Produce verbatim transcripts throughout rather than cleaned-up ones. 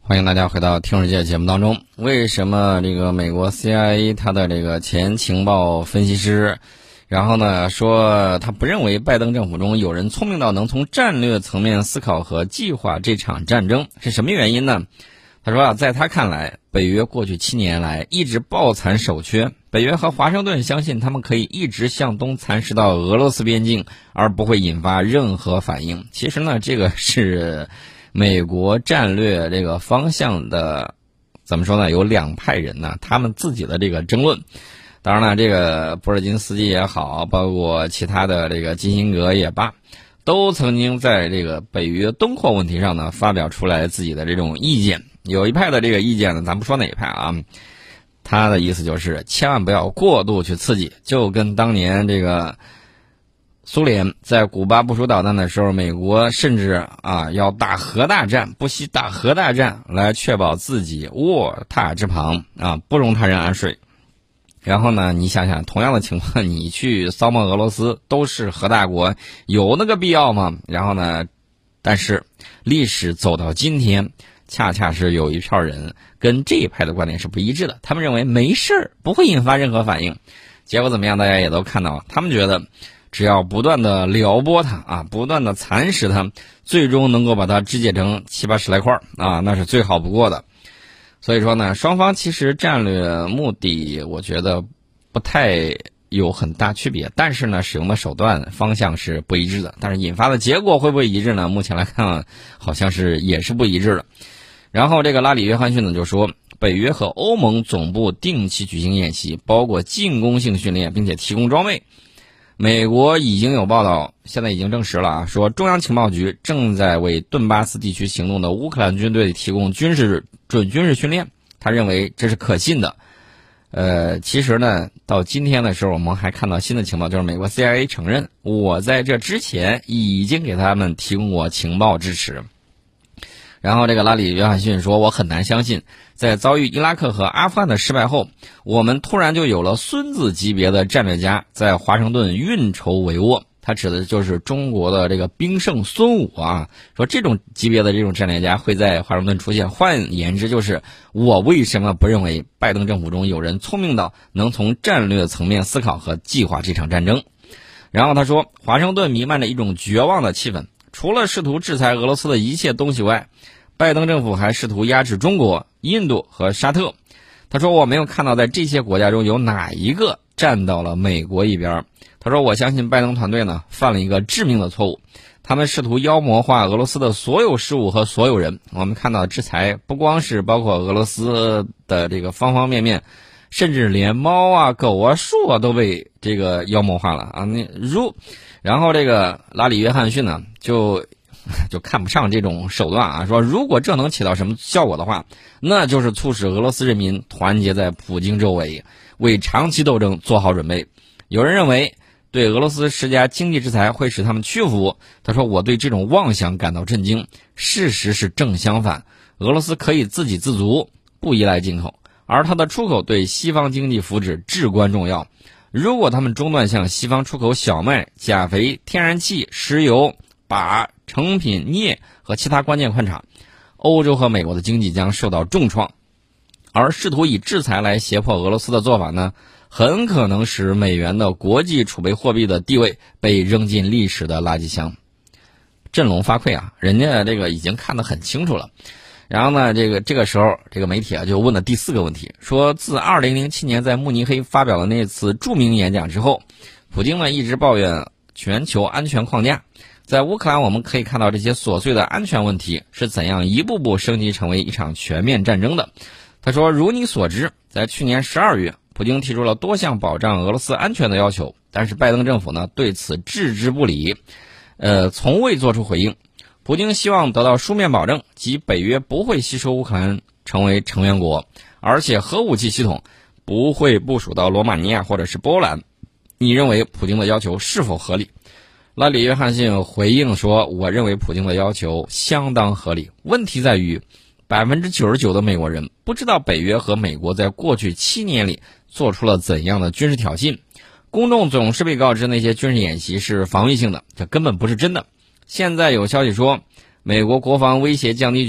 欢迎大家回到听世界节目当中。为什么这个美国 C I A 他的这个前情报分析师，然后呢说他不认为拜登政府中有人聪明到能从战略层面思考和计划这场战争，是什么原因呢？他说啊，在他看来，北约过去七年来一直抱残守缺，北约和华盛顿相信他们可以一直向东蚕食到俄罗斯边境，而不会引发任何反应。其实呢，这个是美国战略这个方向的，怎么说呢？有两派人呢，他们自己的这个争论。当然了，这个博尔金斯基也好，包括其他的这个基辛格也罢，都曾经在这个北约东扩问题上呢发表出来自己的这种意见。有一派的这个意见呢，咱不说哪一派啊，他的意思就是千万不要过度去刺激，就跟当年这个苏联在古巴部署导弹的时候，美国甚至啊要打核大战，不惜打核大战来确保自己卧榻之旁啊，不容他人安睡。然后呢，你想想同样的情况，你去骚扰俄罗斯，都是核大国，有那个必要吗？然后呢，但是历史走到今天，恰恰是有一票人跟这一派的观点是不一致的，他们认为没事儿，不会引发任何反应。结果怎么样？大家也都看到了，他们觉得只要不断的撩拨它啊，不断的蚕食它，最终能够把它肢解成七八十来块啊，那是最好不过的。所以说呢，双方其实战略目的我觉得不太有很大区别，但是呢，使用的手段方向是不一致的。但是引发的结果会不会一致呢？目前来看，好像是也是不一致的。然后这个拉里·约翰逊呢就说，北约和欧盟总部定期举行演习，包括进攻性训练，并且提供装备。美国已经有报道，现在已经证实了啊，说中央情报局正在为顿巴斯地区行动的乌克兰军队提供军事准军事训练，他认为这是可信的。呃，其实呢，到今天的时候，我们还看到新的情报，就是美国 C I A 承认，我在这之前已经给他们提供过情报支持。然后这个拉里·约翰逊说，我很难相信，在遭遇伊拉克和阿富汗的失败后，我们突然就有了孙子级别的战略家在华盛顿运筹帷幄。他指的就是中国的这个兵圣孙武啊，说这种级别的这种战略家会在华盛顿出现。换言之，就是我为什么不认为拜登政府中有人聪明到能从战略层面思考和计划这场战争。然后他说，华盛顿弥漫着一种绝望的气氛，除了试图制裁俄罗斯的一切东西外，拜登政府还试图压制中国、印度和沙特。他说，我没有看到在这些国家中有哪一个站到了美国一边。他说，我相信拜登团队呢犯了一个致命的错误，他们试图妖魔化俄罗斯的所有事物和所有人。我们看到制裁不光是包括俄罗斯的这个方方面面，甚至连猫啊、狗啊、树啊都被这个妖魔化了啊。那如，然后这个拉里·约翰逊呢就就看不上这种手段啊，说如果这能起到什么效果的话，那就是促使俄罗斯人民团结在普京周围，为长期斗争做好准备。有人认为对俄罗斯施加经济制裁会使他们屈服，他说我对这种妄想感到震惊。事实是正相反，俄罗斯可以自给自足，不依赖进口，而它的出口对西方经济福祉至关重要。如果他们中断向西方出口小麦、钾肥、天然气、石油、钯、成品镍和其他关键矿产，欧洲和美国的经济将受到重创。而试图以制裁来胁迫俄罗斯的做法呢，很可能使美元的国际储备货币的地位被扔进历史的垃圾箱。振聋发聩啊，人家这个已经看得很清楚了。然后呢，这个这个时候，这个媒体啊就问了第四个问题，说自二零零七年在慕尼黑发表了那次著名演讲之后，普京呢一直抱怨全球安全框架。在乌克兰，我们可以看到这些琐碎的安全问题是怎样一步步升级成为一场全面战争的。他说，如你所知，在去年十二月，普京提出了多项保障俄罗斯安全的要求，但是拜登政府呢对此置之不理，呃，从未做出回应。普京希望得到书面保证，即北约不会吸收乌克兰成为成员国，而且核武器系统不会部署到罗马尼亚或者是波兰。你认为普京的要求是否合理？拉里·约翰逊回应说，我认为普京的要求相当合理，问题在于百分之九十九的美国人不知道北约和美国在过去七年里做出了怎样的军事挑衅。公众总是被告知那些军事演习是防御性的，这根本不是真的。现在有消息说，美国国防威胁降低局曾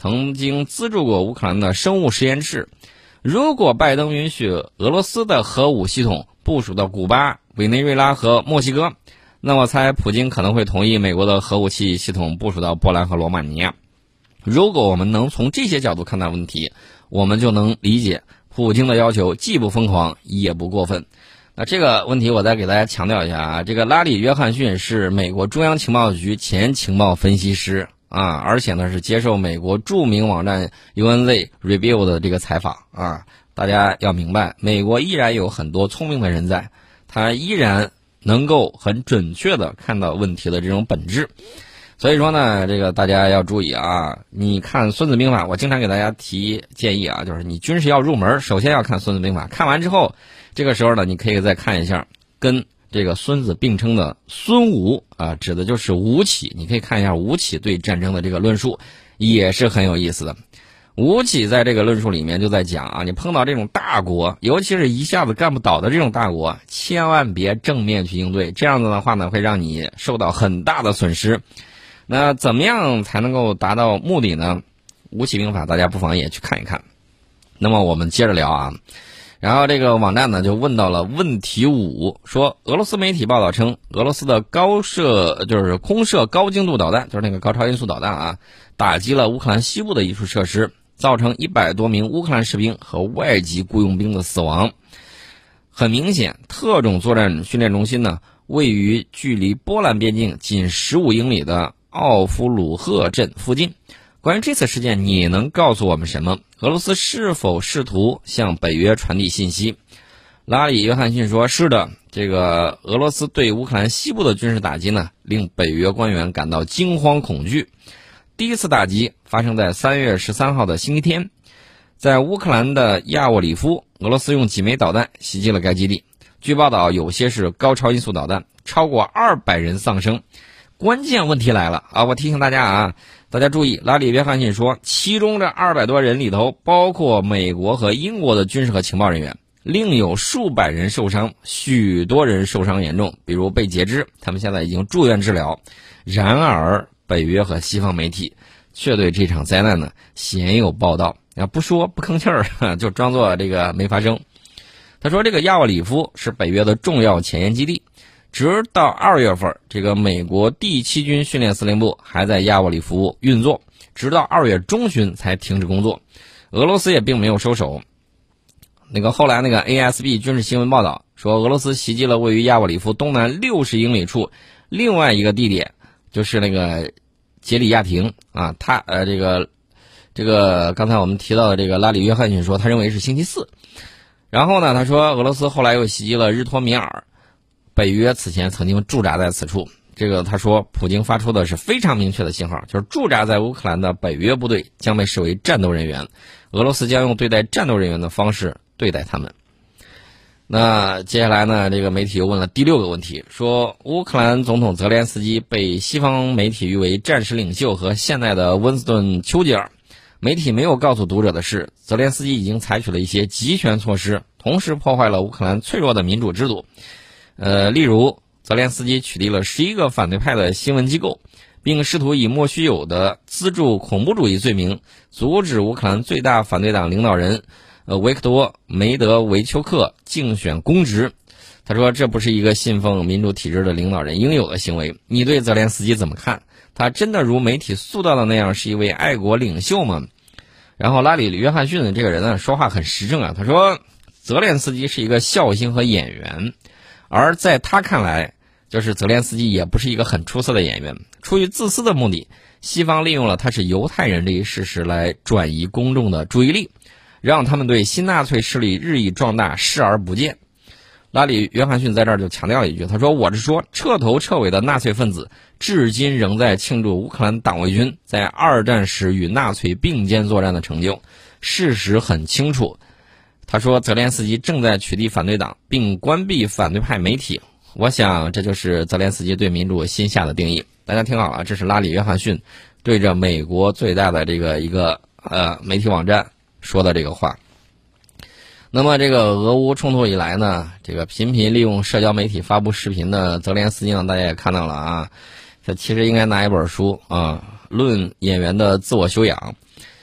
曾经资助过乌克兰的生物实验室。如果拜登允许俄罗斯的核武系统部署到古巴、委内瑞拉和墨西哥，那我猜普京可能会同意美国的核武器系统部署到波兰和罗马尼亚。如果我们能从这些角度看待问题，我们就能理解普京的要求既不疯狂也不过分。那这个问题我再给大家强调一下啊，这个拉里·约翰逊是美国中央情报局前情报分析师啊，而且呢是接受美国著名网站 U N Z Review 的这个采访啊。大家要明白，美国依然有很多聪明的人在，他依然能够很准确的看到问题的这种本质。所以说呢，这个大家要注意啊！你看《孙子兵法》，我经常给大家提建议啊，就是你军事要入门，首先要看《孙子兵法》。看完之后，这个时候呢，你可以再看一下跟这个孙子并称的孙武啊，指的就是吴起。你可以看一下吴起对战争的这个论述，也是很有意思的。吴起在这个论述里面就在讲啊，你碰到这种大国，尤其是一下子干不倒的这种大国，千万别正面去应对，这样子的话呢，会让你受到很大的损失。那怎么样才能够达到目的呢？吴起兵法大家不妨也去看一看。那么我们接着聊啊，然后这个网站呢就问到了问题五，说俄罗斯媒体报道称，俄罗斯的高射就是空射高精度导弹，就是那个高超音速导弹啊，打击了乌克兰西部的一处设施，造成一百多名乌克兰士兵和外籍雇佣兵的死亡。很明显，特种作战训练中心呢位于距离波兰边境仅十五英里的奥夫鲁赫镇附近。关于这次事件，你能告诉我们什么？俄罗斯是否试图向北约传递信息？拉里·约翰逊说，是的，这个俄罗斯对乌克兰西部的军事打击呢，令北约官员感到惊慌恐惧。第一次打击发生在三月十三号的星期天，在乌克兰的亚沃里夫，俄罗斯用几枚导弹袭击了该基地。据报道，有些是高超音速导弹，超过二百人丧生。关键问题来了啊！我提醒大家啊，大家注意，拉里·约翰逊说，其中这二百多人里头，包括美国和英国的军事和情报人员，另有数百人受伤，许多人受伤严重，比如被截肢，他们现在已经住院治疗。然而，北约和西方媒体却对这场灾难呢鲜有报道啊，不说不吭气儿，就装作这个没发生。他说，这个亚沃里夫是北约的重要前沿基地。直到二月份，这个美国第七军训练司令部还在亚沃里夫运作，直到二月中旬才停止工作。俄罗斯也并没有收手。那个后来那个 A S B 军事新闻报道说，俄罗斯袭击了位于亚沃里夫东南六十英里处另外一个地点，就是那个杰里亚廷啊，他呃这个这个刚才我们提到的这个拉里·约翰逊说，他认为是星期四。然后呢，他说俄罗斯后来又袭击了日托米尔。北约此前曾经驻扎在此处，这个他说普京发出的是非常明确的信号，就是驻扎在乌克兰的北约部队将被视为战斗人员，俄罗斯将用对待战斗人员的方式对待他们。那接下来呢，这个媒体又问了第六个问题，说乌克兰总统泽连斯基被西方媒体誉为战时领袖和现代的温斯顿·丘吉尔。媒体没有告诉读者的是，泽连斯基已经采取了一些集权措施，同时破坏了乌克兰脆弱的民主制度。呃，例如，泽连斯基取缔了十一个反对派的新闻机构，并试图以莫须有的资助恐怖主义罪名，阻止乌克兰最大反对党领导人呃维克多·梅德韦丘克竞选公职。他说，这不是一个信奉民主体制的领导人应有的行为。你对泽连斯基怎么看？他真的如媒体塑造的那样是一位爱国领袖吗？然后拉里·约翰逊这个人呢，说话很实证啊。他说，泽连斯基是一个笑星和演员。而在他看来，就是泽连斯基也不是一个很出色的演员。出于自私的目的，西方利用了他是犹太人这一事实来转移公众的注意力，让他们对新纳粹势力日益壮大视而不见。拉里·约翰逊在这儿就强调一句，他说，我是说彻头彻尾的纳粹分子至今仍在庆祝乌克兰党卫军在二战时与纳粹并肩作战的成就。事实很清楚，他说泽连斯基正在取缔反对党并关闭反对派媒体。我想这就是泽连斯基对民主新下的定义。大家听好了，这是拉里·约翰逊对着美国最大的这个一个呃媒体网站说的这个话。那么这个俄乌冲突以来呢，这个频频利用社交媒体发布视频的泽连斯基呢，大家也看到了啊，他其实应该拿一本书啊，论演员的自我修养。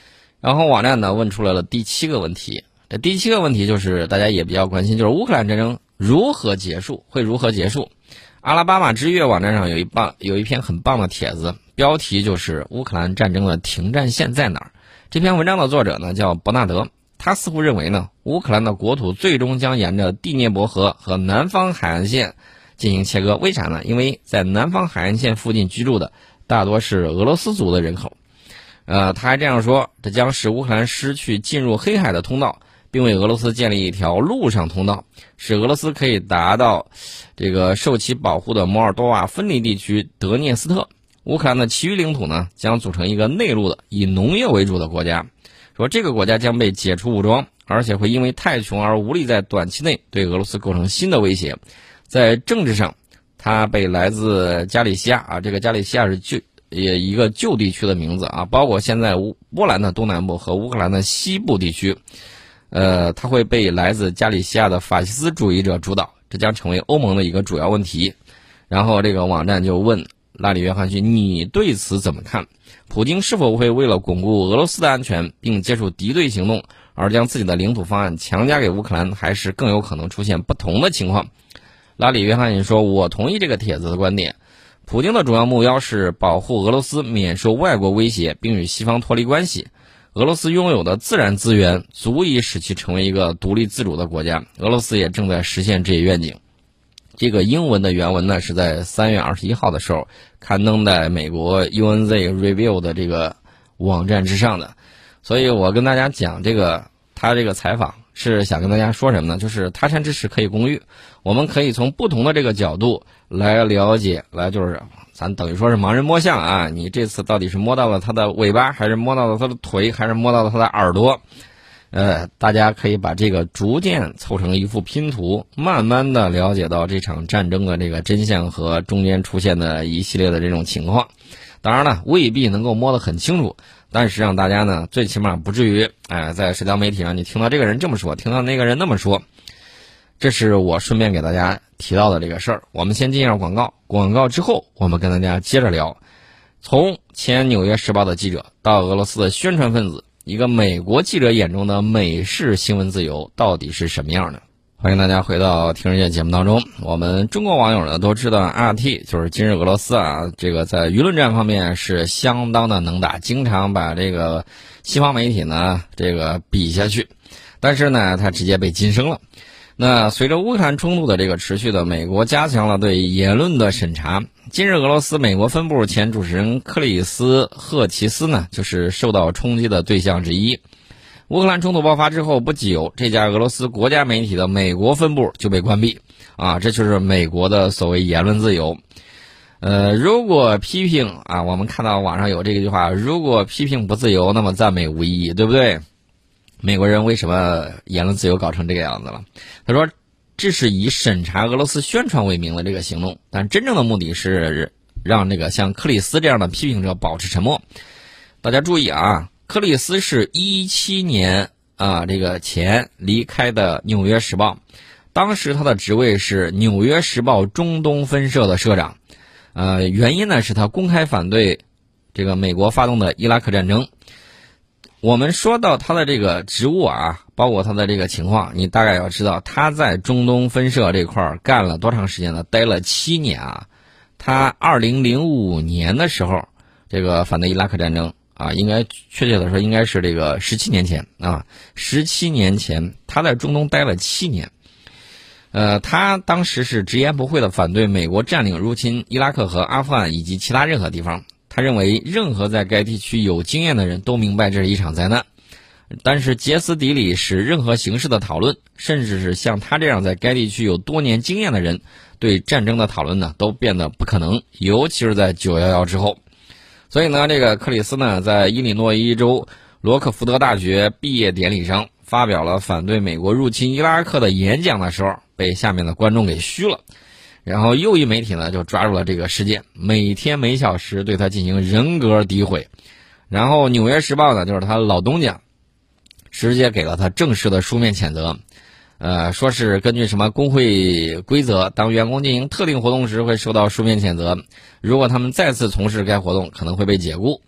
然后网站呢问出来了第七个问题，这第七个问题就是大家也比较关心，就是乌克兰战争如何结束，会如何结束？阿拉巴马之月网站上有一棒有一篇很棒的帖子，标题就是乌克兰战争的停战线在哪儿？这篇文章的作者呢叫伯纳德，他似乎认为呢，乌克兰的国土最终将沿着第聂伯河和南方海岸线进行切割。为啥呢？因为在南方海岸线附近居住的大多是俄罗斯族的人口。呃，他还这样说，这将使乌克兰失去进入黑海的通道，并为俄罗斯建立一条陆上通道，使俄罗斯可以达到这个受其保护的摩尔多瓦分离地区德涅斯特。乌克兰的其余领土呢，将组成一个内陆的以农业为主的国家。说这个国家将被解除武装，而且会因为太穷而无力在短期内对俄罗斯构成新的威胁。在政治上，它被来自加利西亚啊，这个加利西亚是旧也一个旧地区的名字啊，包括现在乌波兰的东南部和乌克兰的西部地区。呃，它会被来自加利西亚的法西斯主义者主导，这将成为欧盟的一个主要问题。然后这个网站就问拉里·约翰逊，你对此怎么看？普京是否会为了巩固俄罗斯的安全并结束敌对行动而将自己的领土方案强加给乌克兰，还是更有可能出现不同的情况？拉里·约翰逊说，我同意这个帖子的观点。普京的主要目标是保护俄罗斯免受外国威胁，并与西方脱离关系。俄罗斯拥有的自然资源足以使其成为一个独立自主的国家，俄罗斯也正在实现这一愿景。这个英文的原文呢是在三月二十一号的时候刊登在美国 U N Z Review 的这个网站之上的。所以我跟大家讲这个他这个采访是想跟大家说什么呢？就是他山之石可以攻玉，我们可以从不同的这个角度来了解，来就是咱等于说是盲人摸象啊，你这次到底是摸到了他的尾巴，还是摸到了他的腿，还是摸到了他的耳朵？呃，大家可以把这个逐渐凑成一幅拼图，慢慢的了解到这场战争的这个真相和中间出现的一系列的这种情况。当然了，未必能够摸得很清楚，但是让大家呢，最起码不至于，哎，在社交媒体上你听到这个人这么说，听到那个人那么说。这是我顺便给大家提到的这个事儿。我们先进一下广告，广告之后我们跟大家接着聊。从前《纽约时报》的记者到俄罗斯的宣传分子，一个美国记者眼中的美式新闻自由到底是什么样的？欢迎大家回到听世界节目当中。我们中国网友呢都知道 R T 就是今日俄罗斯啊，这个在舆论战方面是相当的能打，经常把这个西方媒体呢这个比下去，但是呢他直接被晋升了。那随着乌克兰冲突的这个持续的，美国加强了对言论的审查。今日俄罗斯美国分部前主持人克里斯赫奇斯呢就是受到冲击的对象之一。乌克兰冲突爆发之后不久，这家俄罗斯国家媒体的美国分部就被关闭啊，这就是美国的所谓言论自由。呃，如果批评啊，我们看到网上有这个句话，如果批评不自由，那么赞美无意义，对不对？美国人为什么言论自由搞成这个样子了？他说这是以审查俄罗斯宣传为名的这个行动，但真正的目的是让这个像克里斯这样的批评者保持沉默。大家注意啊，克里斯是一七年啊这个前离开的纽约时报，当时他的职位是纽约时报中东分社的社长。呃，原因呢是他公开反对这个美国发动的伊拉克战争。我们说到他的这个职务啊，包括他的这个情况，你大概要知道他在中东分社这块儿干了多长时间呢？待了七年啊。他二零零五年的时候，这个反对伊拉克战争啊，应该确切的说应该是这个十七年前啊，十七年前他在中东待了七年。呃，他当时是直言不讳的反对美国占领入侵伊拉克和阿富汗以及其他任何地方。他认为任何在该地区有经验的人都明白这是一场灾难，但是歇斯底里使任何形式的讨论，甚至是像他这样在该地区有多年经验的人对战争的讨论呢，都变得不可能，尤其是在九一一之后。所以呢，这个克里斯呢，在伊利诺伊州罗克福德大学毕业典礼上发表了反对美国入侵伊拉克的演讲的时候，被下面的观众给嘘了。然后右翼媒体呢就抓住了这个事件，每天每小时对他进行人格诋毁。然后纽约时报呢，就是他老东家，直接给了他正式的书面谴责。呃，说是根据什么工会规则，当员工进行特定活动时会受到书面谴责，如果他们再次从事该活动可能会被解雇。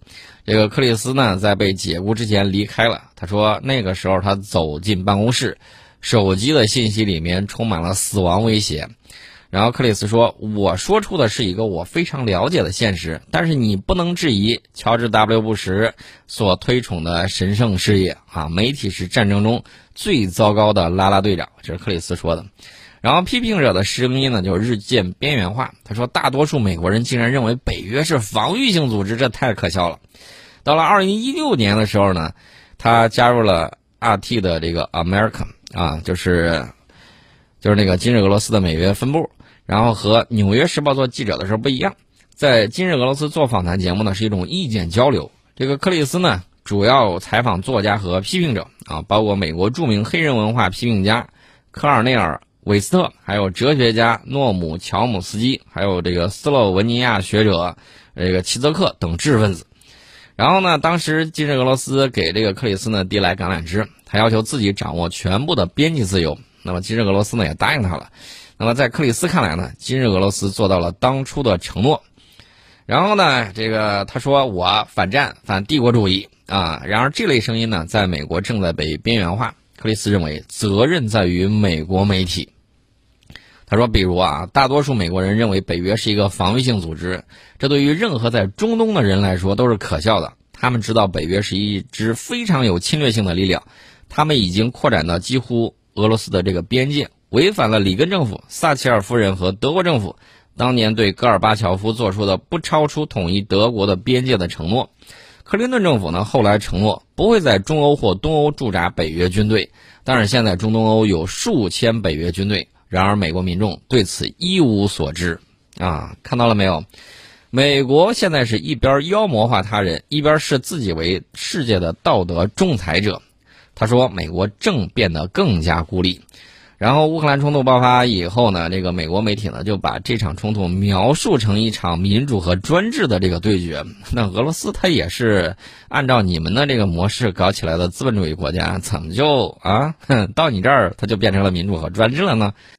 这个克里斯呢，在被解雇之前离开了。他说那个时候他走进办公室，手机的信息里面充满了死亡威胁。然后克里斯说，我说出的是一个我非常了解的现实，但是你不能质疑乔治 W 布什所推崇的神圣事业啊，媒体是战争中最糟糕的拉拉队长，这是克里斯说的。然后批评者的声音呢就日渐边缘化。他说大多数美国人竟然认为北约是防御性组织，这太可笑了。到了二零一六年的时候呢，他加入了 R T 的这个 American 啊，就是就是那个今日俄罗斯的美约分部。然后和纽约时报做记者的时候不一样，在今日俄罗斯做访谈节目呢是一种意见交流。这个克里斯呢主要采访作家和批评者啊，包括美国著名黑人文化批评家科尔内尔韦斯特，还有哲学家诺姆乔姆斯基，还有这个斯洛文尼亚学者这个齐泽克等知识分子。然后呢，当时今日俄罗斯给这个克里斯呢递来橄榄枝，他要求自己掌握全部的编辑自由。那么今日俄罗斯呢也答应他了。那么在克里斯看来呢，今日俄罗斯做到了当初的承诺。然后呢，这个他说我反战反帝国主义啊。然而这类声音呢，在美国正在被边缘化。克里斯认为责任在于美国媒体。他说，比如啊，大多数美国人认为北约是一个防御性组织，这对于任何在中东的人来说都是可笑的。他们知道北约是一支非常有侵略性的力量，他们已经扩展到几乎俄罗斯的这个边界，违反了里根政府、撒切尔夫人和德国政府当年对戈尔巴乔夫做出的不超出统一德国的边界的承诺。克林顿政府呢后来承诺不会在中欧或东欧驻扎北约军队，但是现在中东欧有数千北约军队，然而美国民众对此一无所知啊！看到了没有？美国现在是一边妖魔化他人，一边视自己为世界的道德仲裁者。他说美国正变得更加孤立。然后乌克兰冲突爆发以后呢，这个美国媒体呢就把这场冲突描述成一场民主和专制的这个对决。那俄罗斯它也是按照你们的这个模式搞起来的资本主义国家，怎么就啊到你这儿它就变成了民主和专制了呢？